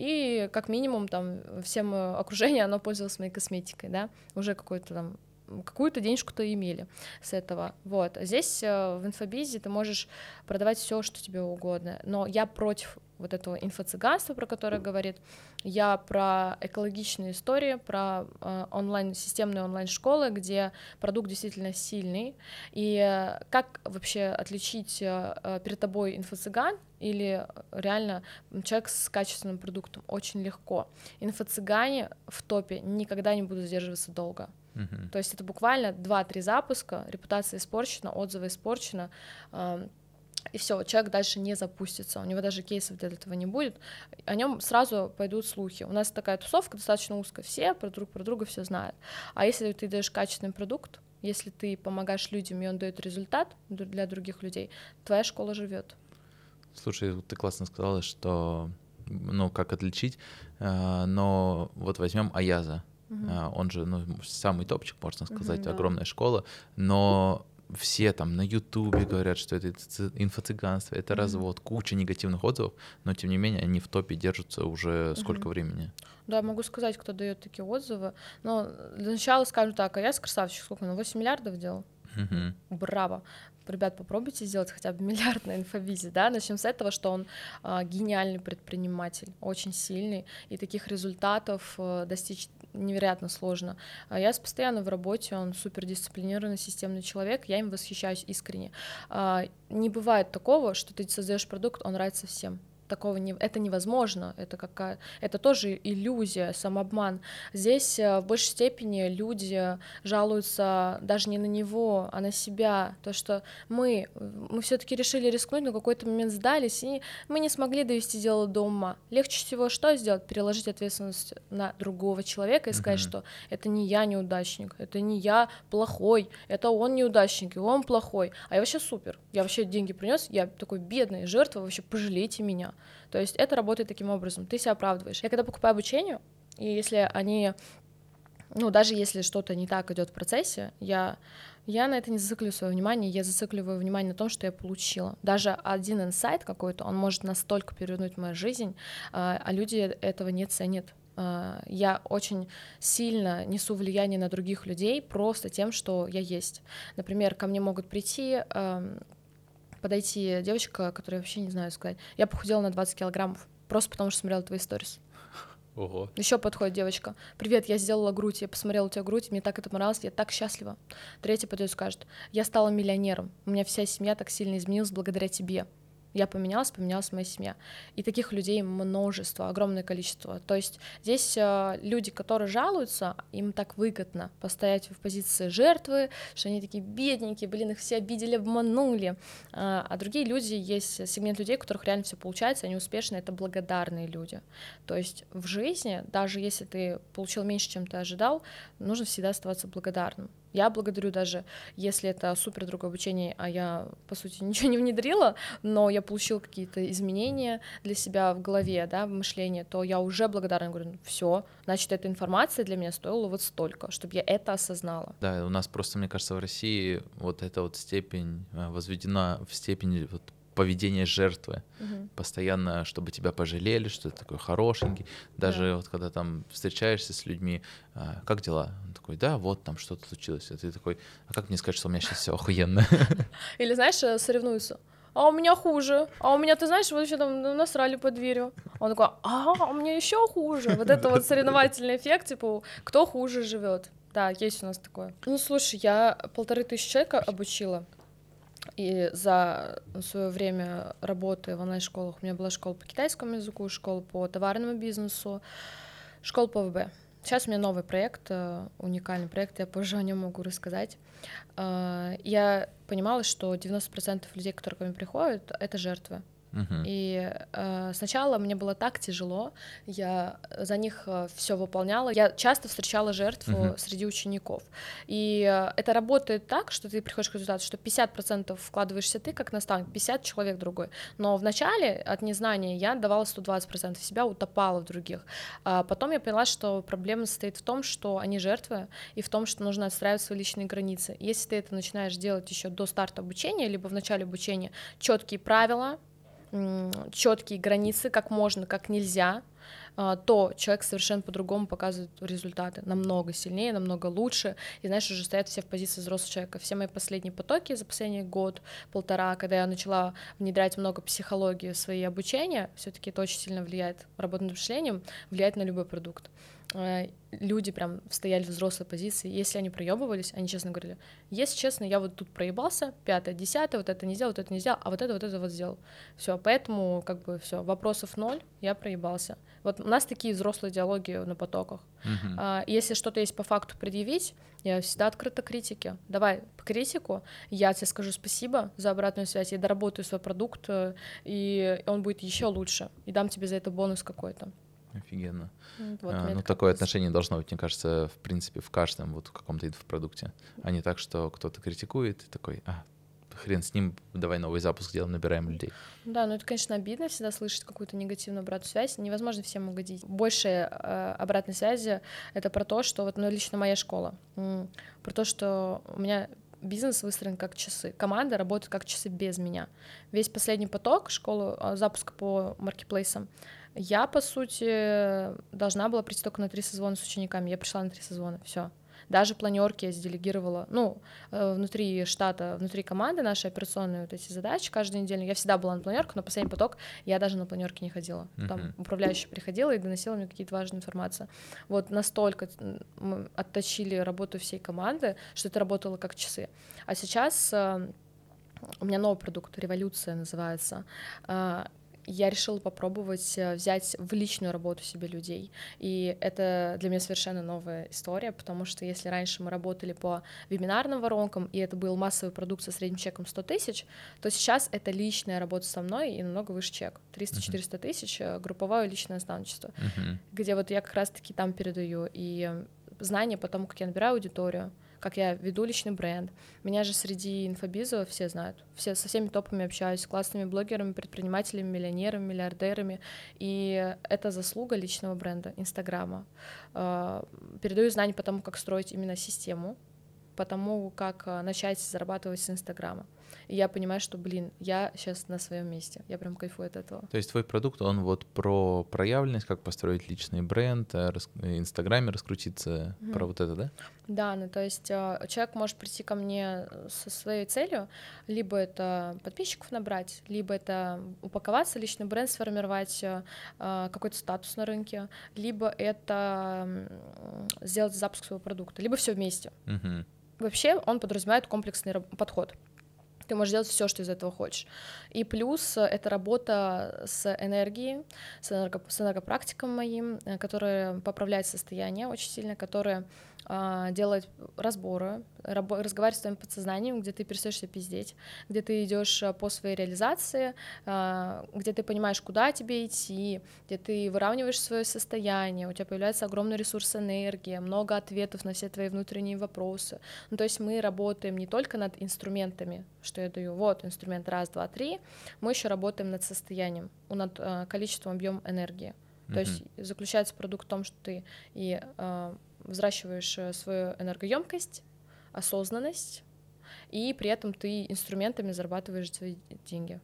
И как минимум там всем э, окружение, оно пользовалось моей косметикой, да, уже какой-то там какую-то денежку-то имели с этого. Вот. А здесь э, в инфобизе ты можешь продавать все, что тебе угодно. Но я против вот этого инфо-цыганства, про которое говорит. Я про экологичные истории, про э, онлайн, системные онлайн-школы, где продукт действительно сильный. И э, как вообще отличить э, э, перед тобой инфо-цыган или реально человек с качественным продуктом? Очень легко. Инфо-цыгане в топе никогда не будут задерживаться долго. Мгм. То есть это буквально два-три запуска, репутация испорчена, отзывы испорчены, эм, и все, человек дальше не запустится, у него даже кейсов для этого не будет, о нем сразу пойдут слухи. У нас такая тусовка достаточно узкая, все про друг про друга все знают. А если ты даешь качественный продукт, если ты помогаешь людям, и он дает результат для других людей, твоя школа живет. Слушай, вот ты классно сказала, что, ну, как отличить, а, но вот возьмем Аяза. Мгм. А, Он же, ну, самый топчик, можно сказать, Мгм, да. огромная школа, но все там на Ютубе говорят, что это инфо-цыганство, это mm-hmm. развод, куча негативных отзывов, но тем не менее они в топе держатся уже сколько mm-hmm. времени. Да, могу сказать, кто дает такие отзывы. Но для начала скажу так, а я с красавчик, сколько, на восемь миллиардов делал? Mm-hmm. Браво. Ребят, попробуйте сделать хотя бы миллиард на инфобизе, да, начнем с этого, что он а, гениальный предприниматель, очень сильный, и таких результатов а, достичь невероятно сложно. А я постоянно в работе, он супердисциплинированный, системный человек, я им восхищаюсь искренне. А, не бывает такого, что ты создаешь продукт, он нравится всем. Такого не, это невозможно, это какая, это тоже иллюзия, самообман. Здесь в большей степени люди жалуются даже не на него, а на себя, то что мы, мы все-таки решили рискнуть, но в какой-то момент сдались, и мы не смогли довести дело до ума. Легче всего что сделать? Переложить ответственность на другого человека и сказать, mm-hmm. что это не я неудачник, это не я плохой, это он неудачник, и он плохой, а я вообще супер, я вообще деньги принес, я такой бедный, жертва, вообще пожалейте меня. То есть это работает таким образом, ты себя оправдываешь. Я когда покупаю обучение, и если они, ну, даже если что-то не так идет в процессе, я, я на это не зацикливаю свое внимание, я зацикливаю внимание на том, что я получила. Даже один инсайт какой-то, он может настолько перевернуть мою жизнь, а люди этого не ценят. Я очень сильно несу влияние на других людей просто тем, что я есть. Например, ко мне могут прийти... подойти девочка, которая вообще не знаю сказать. Я похудела на двадцать килограммов, просто потому что смотрела твои сторис. Ого. Еще подходит девочка. Привет, я сделала грудь, я посмотрела у тебя грудь, мне так это понравилось, я так счастлива. Третья подойдет и скажет, я стала миллионером, у меня вся семья так сильно изменилась благодаря тебе. Я поменялась, поменялась моя семья. И таких людей множество, огромное количество. То есть здесь э, люди, которые жалуются, им так выгодно постоять в позиции жертвы, что они такие бедненькие, блин, их все обидели, обманули. А, а другие люди, есть сегмент людей, у которых реально все получается, они успешны, это благодарные люди. То есть в жизни, даже если ты получил меньше, чем ты ожидал, нужно всегда оставаться благодарным. Я благодарю даже, если это супер другое обучение, а я, по сути, ничего не внедрила, но я получила какие-то изменения для себя в голове, да, в мышлении, то я уже благодарна, говорю, ну, все, значит, эта информация для меня стоила вот столько, чтобы я это осознала. Да, у нас просто, мне кажется, в России вот эта вот степень возведена в степень вот поведение жертвы, угу. постоянно, чтобы тебя пожалели, что ты такой хорошенький, даже да. вот когда там встречаешься с людьми, а, как дела? Он такой, да, вот там что-то случилось, а ты такой, а как мне сказать, что у меня сейчас все охуенно? Или, знаешь, соревнуются, а у меня хуже, а у меня, ты знаешь, вот еще там насрали под дверью, он такой, а, у меня еще хуже, вот это вот соревновательный эффект, типа, кто хуже живет, да, есть у нас такое. Ну, слушай, я полторы тысячи человек обучила. И за свое время работы в онлайн-школах у меня была школа по китайскому языку, школа по товарному бизнесу, школа по ВБ. Сейчас у меня новый проект, уникальный проект, я позже о нем могу рассказать. Я понимала, что девяносто процентов людей, которые ко мне приходят, это жертвы. Uh-huh. И э, сначала мне было так тяжело, я за них э, все выполняла. Я часто встречала жертву uh-huh. среди учеников. И э, это работает так, что ты приходишь к результату, что пятьдесят процентов вкладываешься ты как наставник, пятьдесят процентов человек другой. Но вначале от незнания я давала сто двадцать процентов себя, утопала в других. А потом я поняла, что проблема состоит в том, что они жертвы, и в том, что нужно отстраивать свои личные границы. Если ты это начинаешь делать еще до старта обучения, либо в начале обучения, четкие правила, четкие границы, как можно, как нельзя, то человек совершенно по-другому показывает результаты, намного сильнее, намного лучше, и, знаешь, уже стоят все в позиции взрослого человека. Все мои последние потоки за последний год, полтора, когда я начала внедрять много психологии в свои обучения, все-таки это очень сильно влияет, работа над мышлением влияет на любой продукт. Люди прям стояли в взрослой позиции, если они проебывались, они честно говорили, если честно, я вот тут проебался, пятое, десятое, вот это не сделал, вот это не сделал, а вот это, вот это вот сделал. Все, поэтому как бы все, вопросов ноль, я проебался. Вот у нас такие взрослые диалоги на потоках. Uh-huh. А, если что-то есть по факту предъявить, я всегда открыта к критике. Давай по критику, я тебе скажу спасибо за обратную связь, я доработаю свой продукт, и он будет еще лучше, и дам тебе за это бонус какой-то. Офигенно. Вот, а, ну, такое отношение должно быть, мне кажется, в принципе, в каждом вот в каком-то инфопродукте. А не так, что кто-то критикует и такой, а, хрен с ним, давай новый запуск делаем, набираем людей. Да, но это, конечно, обидно всегда слышать какую-то негативную обратную связь. Невозможно всем угодить. Больше э, обратной связи — это про то, что вот, ну, лично моя школа, м- про то, что у меня бизнес выстроен как часы. Команда работает как часы без меня. Весь последний поток, школу а, запуска по маркетплейсам, я, по сути, должна была прийти только на три созвона с учениками. Я пришла на три созвона, все. Даже планерки я сделегировала, ну, внутри штата, внутри команды нашей операционные вот эти задачи каждую неделю. Я всегда была на планерках, но последний поток я даже на планерке не ходила. Там uh-huh. управляющая приходила и доносила мне какие-то важные информации. Вот настолько мы отточили работу всей команды, что это работало как часы. А сейчас у меня новый продукт, «Революция» называется. Я решила попробовать взять в личную работу себе людей. И это для меня совершенно новая история, потому что если раньше мы работали по вебинарным воронкам, и это был массовый продукт со средним чеком сто тысяч, то сейчас это личная работа со мной и намного выше чек. триста-четыреста uh-huh. тысяч, групповое личное наставничество, uh-huh. где вот я как раз-таки там передаю и знания по тому, как я набираю аудиторию, как я веду личный бренд. Меня же среди инфобиза все знают. Все, со всеми топами общаюсь, с классными блогерами, предпринимателями, миллионерами, миллиардерами. И это заслуга личного бренда, Инстаграма. Передаю знания по тому, как строить именно систему, по тому, как начать зарабатывать с Инстаграма. И я понимаю, что, блин, я сейчас на своем месте, я прям кайфую от этого. То есть твой продукт, он вот про проявленность, как построить личный бренд, в Инстаграме раскрутиться, mm-hmm. про вот это, да? Да, ну то есть человек может прийти ко мне со своей целью, либо это подписчиков набрать, либо это упаковаться, личный бренд сформировать, какой-то статус на рынке, либо это сделать запуск своего продукта, либо все вместе. Mm-hmm. Вообще он подразумевает комплексный подход. Ты можешь делать все, что из этого хочешь. И плюс это работа с энергией, с, энерго, с энергопрактиком моим, которая поправляет состояние очень сильно, которая а, делает разборы, рабо- разговаривает с твоим подсознанием, где ты перестаешь себя пиздеть, где ты идешь по своей реализации, а, где ты понимаешь, куда тебе идти, где ты выравниваешь свое состояние, у тебя появляется огромный ресурс энергии, много ответов на все твои внутренние вопросы. Ну, то есть мы работаем не только над инструментами, что я даю, вот инструмент раз, два, три, мы еще работаем над состоянием, над э, количеством, объемом энергии. Mm-hmm. То есть заключается продукт в том, что ты и э, взращиваешь свою энергоемкость, осознанность, и при этом ты инструментами зарабатываешь свои деньги.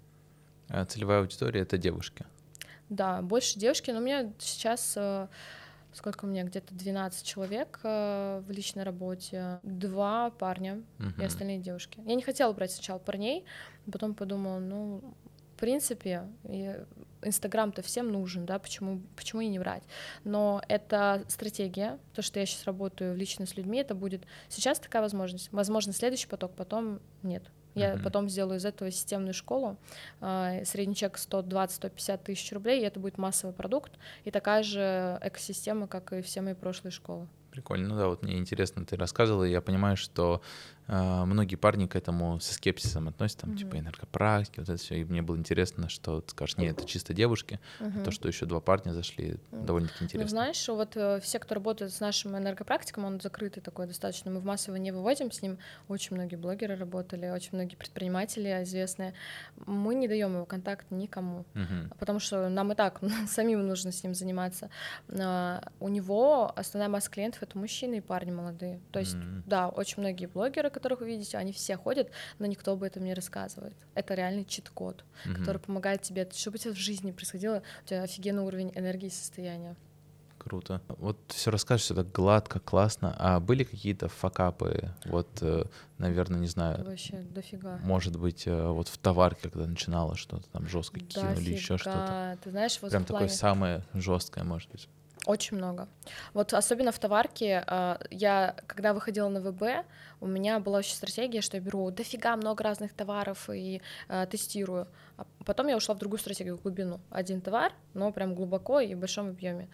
А целевая аудитория — это девушки? Да, больше девушки, но у меня сейчас... Э, Сколько у меня? Где-то двенадцать человек э, в личной работе, два парня uh-huh. и остальные девушки. Я не хотела брать сначала парней, потом подумала, ну, в принципе, Инстаграм-то всем нужен, да, почему, почему и не врать. Но это стратегия, то, что я сейчас работаю лично с людьми, это будет сейчас такая возможность. Возможно, следующий поток, потом нет. Я uh-huh. потом сделаю из этого системную школу, средний чек сто двадцать - сто пятьдесят тысяч рублей, и это будет массовый продукт, и такая же экосистема, как и все мои прошлые школы. Прикольно. Ну да, вот мне интересно, ты рассказывала, и я понимаю, что э, многие парни к этому со скепсисом относятся, там, mm-hmm. типа, энергопрактики, вот это все. И мне было интересно, что ты скажешь, нет, это чисто девушки, mm-hmm. а то, что еще два парня зашли, mm-hmm. довольно-таки интересно. Ну, знаешь, вот э, все, кто работает с нашим энергопрактиком, он закрытый такой достаточно, мы в массово не выводим с ним, очень многие блогеры работали, очень многие предприниматели известные, мы не даем его контакт никому, mm-hmm. потому что нам и так самим нужно с ним заниматься. А, у него основная масса клиентов — это мужчины и парни молодые. То есть, mm-hmm. да, очень многие блогеры, которых вы видите, они все ходят, но никто об этом не рассказывает. Это реальный чит-код, mm-hmm. который помогает тебе, чтобы у тебя в жизни происходило, у тебя офигенный уровень энергии и состояния. Круто. Вот все расскажешь, все так гладко, классно. А были какие-то факапы? Вот, наверное, не знаю. Вообще дофига. Может быть, вот в товарке, когда начинала что-то там жестко кинули, или еще что-то. Ты знаешь, вот прям в плане... такое самое жесткое, может быть. Очень много. Вот особенно в товарке, я, когда выходила на ВБ, у меня была очень стратегия, что я беру дофига много разных товаров и э, тестирую. А потом я ушла в другую стратегию, в глубину. Один товар, но прям глубоко и в большом объеме.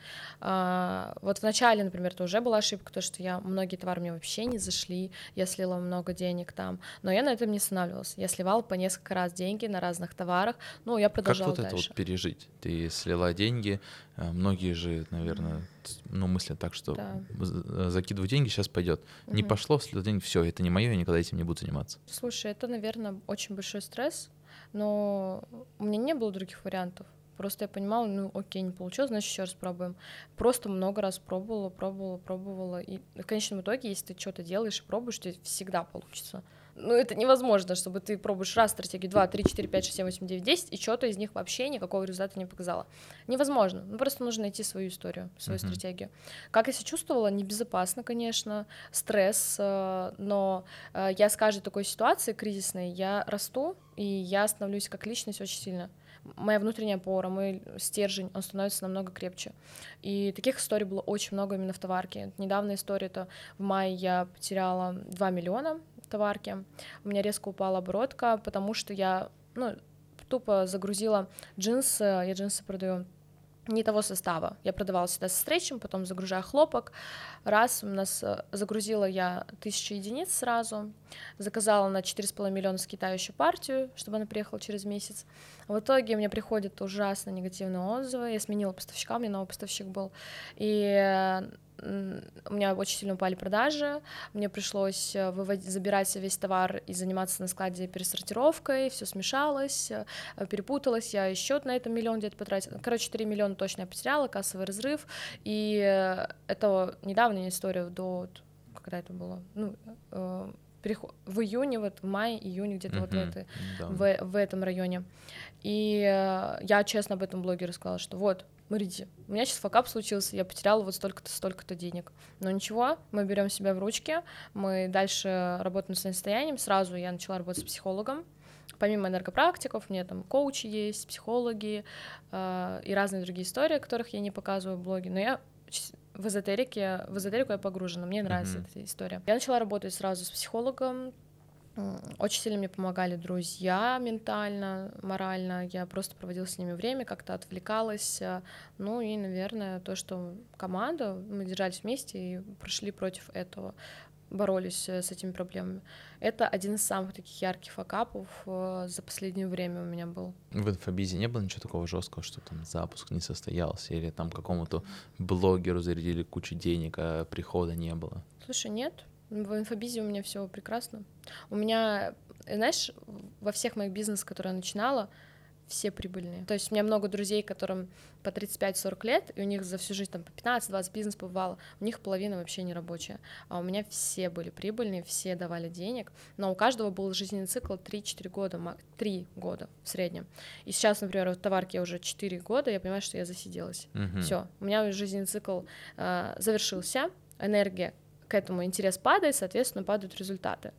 А, вот в начале, например, это уже была ошибка, то, что я, многие товары мне вообще не зашли, я слила много денег там, но я на этом не останавливалась. Я сливала по несколько раз деньги на разных товарах, ну, я продолжала дальше. Как вот это вот пережить? Ты слила деньги, многие же, наверное, ну, мыслят так, что да. закидываю деньги, сейчас пойдет. Угу. Не пошло, слила деньги, все, это не мое, я никогда этим не буду заниматься. Слушай, это, наверное, очень большой стресс, но у меня не было других вариантов. Просто я понимала, ну окей, не получилось, значит, еще раз пробуем. Просто много раз пробовала, пробовала, пробовала. И в конечном итоге, если ты что-то делаешь и пробуешь, тебе всегда получится. ну, это невозможно, чтобы ты пробуешь раз стратегию, два, три, четыре, пять, шесть, семь, восемь, девять, десять, и что-то из них вообще никакого результата не показало. Невозможно. Ну, просто нужно найти свою историю, свою uh-huh. стратегию. Как я себя чувствовала? Небезопасно, конечно, стресс, но я с каждой такой ситуации кризисной, я расту, и я становлюсь как личность очень сильно. Моя внутренняя опора, мой стержень, он становится намного крепче. И таких историй было очень много именно в товарке. Недавняя история, это в мае я потеряла два миллиона в товарке. У меня резко упала оборотка, потому что я, ну, тупо загрузила джинсы, я джинсы продаю не того состава. Я продавала всегда со стрейчем, потом загружая хлопок. Раз у нас загрузила я тысячу единиц сразу, заказала на четыре с половиной миллиона с Китая еще партию, чтобы она приехала через месяц. В итоге мне приходят ужасно негативные отзывы. Я сменила поставщика, у меня новый поставщик был. И у меня очень сильно упали продажи, мне пришлось выводить, забирать весь товар и заниматься на складе пересортировкой, все смешалось, перепуталось, я еще на это миллион где-то потратила, короче, три миллиона точно я потеряла, кассовый разрыв, и это недавняя история, до, когда это было, ну, в июне, вот в мае, июне, где-то uh-huh, вот в, этой, да. в, в этом районе, и я честно об этом блоге рассказала, что вот, смотрите, у меня сейчас факап случился, я потеряла вот столько-то, столько-то денег. Но ничего, мы берем себя в ручки, мы дальше работаем с состоянием. Сразу я начала работать с психологом. Помимо энергопрактиков, у меня там коучи есть, психологи э, и разные другие истории, которых я не показываю в блоге. Но я в эзотерике, в эзотерику я погружена, мне нравится mm-hmm. эта история. Я начала работать сразу с психологом. Очень сильно мне помогали друзья ментально, морально, я просто проводила с ними время, как-то отвлекалась, ну и, наверное, то, что команда, мы держались вместе и прошли против этого, боролись с этими проблемами. Это один из самых таких ярких факапов за последнее время у меня был. В инфобизе не было ничего такого жесткого, что там запуск не состоялся, или там какому-то блогеру зарядили кучу денег, а прихода не было? Слушай, нет. В инфобизе у меня все прекрасно. У меня, знаешь, во всех моих бизнесах, которые я начинала, все прибыльные. То есть у меня много друзей, которым по тридцать пять сорок лет, и у них за всю жизнь там по пятнадцать-двадцать бизнес бывало, у них половина вообще не рабочая. А у меня все были прибыльные, все давали денег, но у каждого был жизненный цикл три-четыре года, три года в среднем. И сейчас, например, в товарке я уже четыре года, я понимаю, что я засиделась. Uh-huh. Все, у меня жизненный цикл э, завершился, энергия к этому интерес падает, соответственно, падают результаты.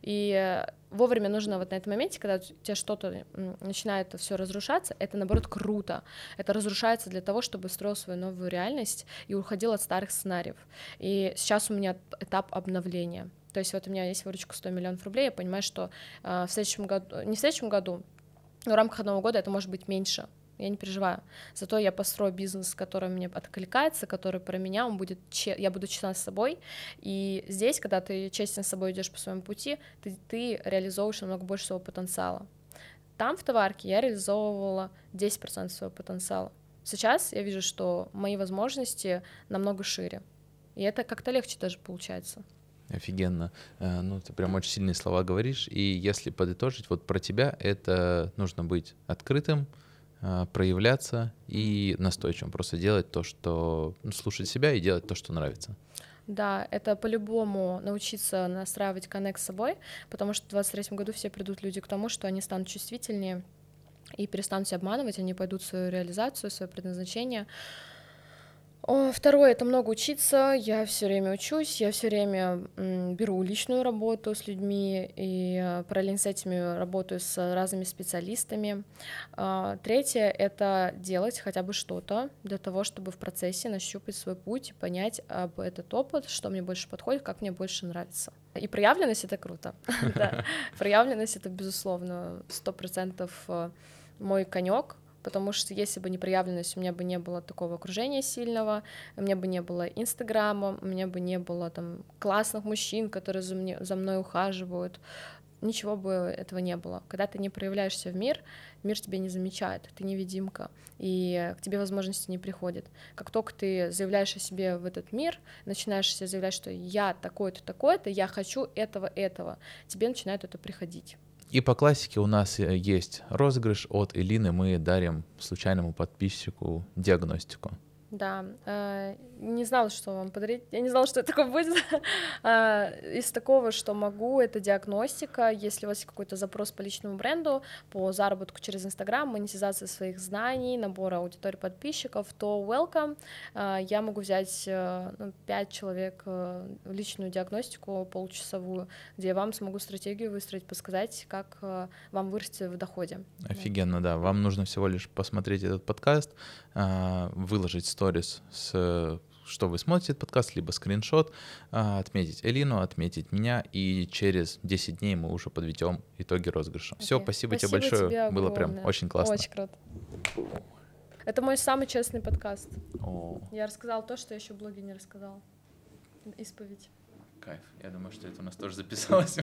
И вовремя нужно вот на этом моменте, когда у тебя что-то начинает все разрушаться, это, наоборот, круто. Это разрушается для того, чтобы строил свою новую реальность и уходил от старых сценариев. И сейчас у меня этап обновления. То есть вот у меня есть выручка сто миллионов рублей, я понимаю, что э, в следующем году, не в следующем году, но в рамках одного года это может быть меньше. Я не переживаю. Зато я построю бизнес, который мне откликается, который про меня, он будет, че- я буду честна с собой. И здесь, когда ты честен с собой идешь по своему пути, ты, ты реализовываешь намного больше своего потенциала. Там, в товарке, я реализовывала десять процентов своего потенциала. Сейчас я вижу, что мои возможности намного шире. И это как-то легче даже получается. Офигенно. Ну, ты прям очень сильные слова говоришь. И если подытожить, вот про тебя, это нужно быть открытым, проявляться и настойчивым, просто делать то, что... Ну, слушать себя и делать то, что нравится. Да, это по-любому научиться настраивать коннект с собой, потому что в двадцать третьем году все придут люди к тому, что они станут чувствительнее и перестанут себя обманывать, они пойдут в свою реализацию, свое предназначение. О, второе — это много учиться, я все время учусь, я все время м, беру личную работу с людьми и э, параллельно с этими работаю с разными специалистами. А, третье — это делать хотя бы что-то для того, чтобы в процессе нащупать свой путь, понять об этот опыт, что мне больше подходит, как мне больше нравится. И проявленность — это круто. Проявленность — это, безусловно, сто процентов мой конек. Потому что если бы не проявленность, у меня бы не было такого окружения сильного, у меня бы не было Инстаграма, у меня бы не было там классных мужчин, которые за, мне, за мной ухаживают, ничего бы этого не было. Когда ты не проявляешься в мир, мир тебя не замечает, ты невидимка, и к тебе возможности не приходят. Как только ты заявляешь о себе в этот мир, начинаешь себе заявлять, что я такой-то, такой-то, я хочу этого, этого, тебе начинает это приходить. И по классике у нас есть розыгрыш от Элины. Мы дарим случайному подписчику диагностику. Да, э, не знала, что вам подарить. Я не знала, что это такое будет. А, Из такого, что могу, это диагностика. Если у вас есть какой-то запрос по личному бренду, по заработку через Инстаграм, монетизация своих знаний, набора аудитории подписчиков, то welcome. А, Я могу взять э, ну, пять человек э, в личную диагностику получасовую, где я вам смогу стратегию выстроить, подсказать, как э, вам вырасти в доходе. Офигенно, да. Вам нужно всего лишь посмотреть этот подкаст, а, выложить сторис с что вы смотрите этот подкаст, либо скриншот, а, отметить Элину, отметить меня, и через десять дней мы уже подведем итоги розыгрыша. Все, Окей. спасибо, тебе Спасибо большое. тебе Было прям огромное. очень классно. Очень круто. Это мой самый честный подкаст. О, Я рассказала то, что я еще в блоге не рассказала. Исповедь. кайф. Я думаю, что это у нас тоже записалось.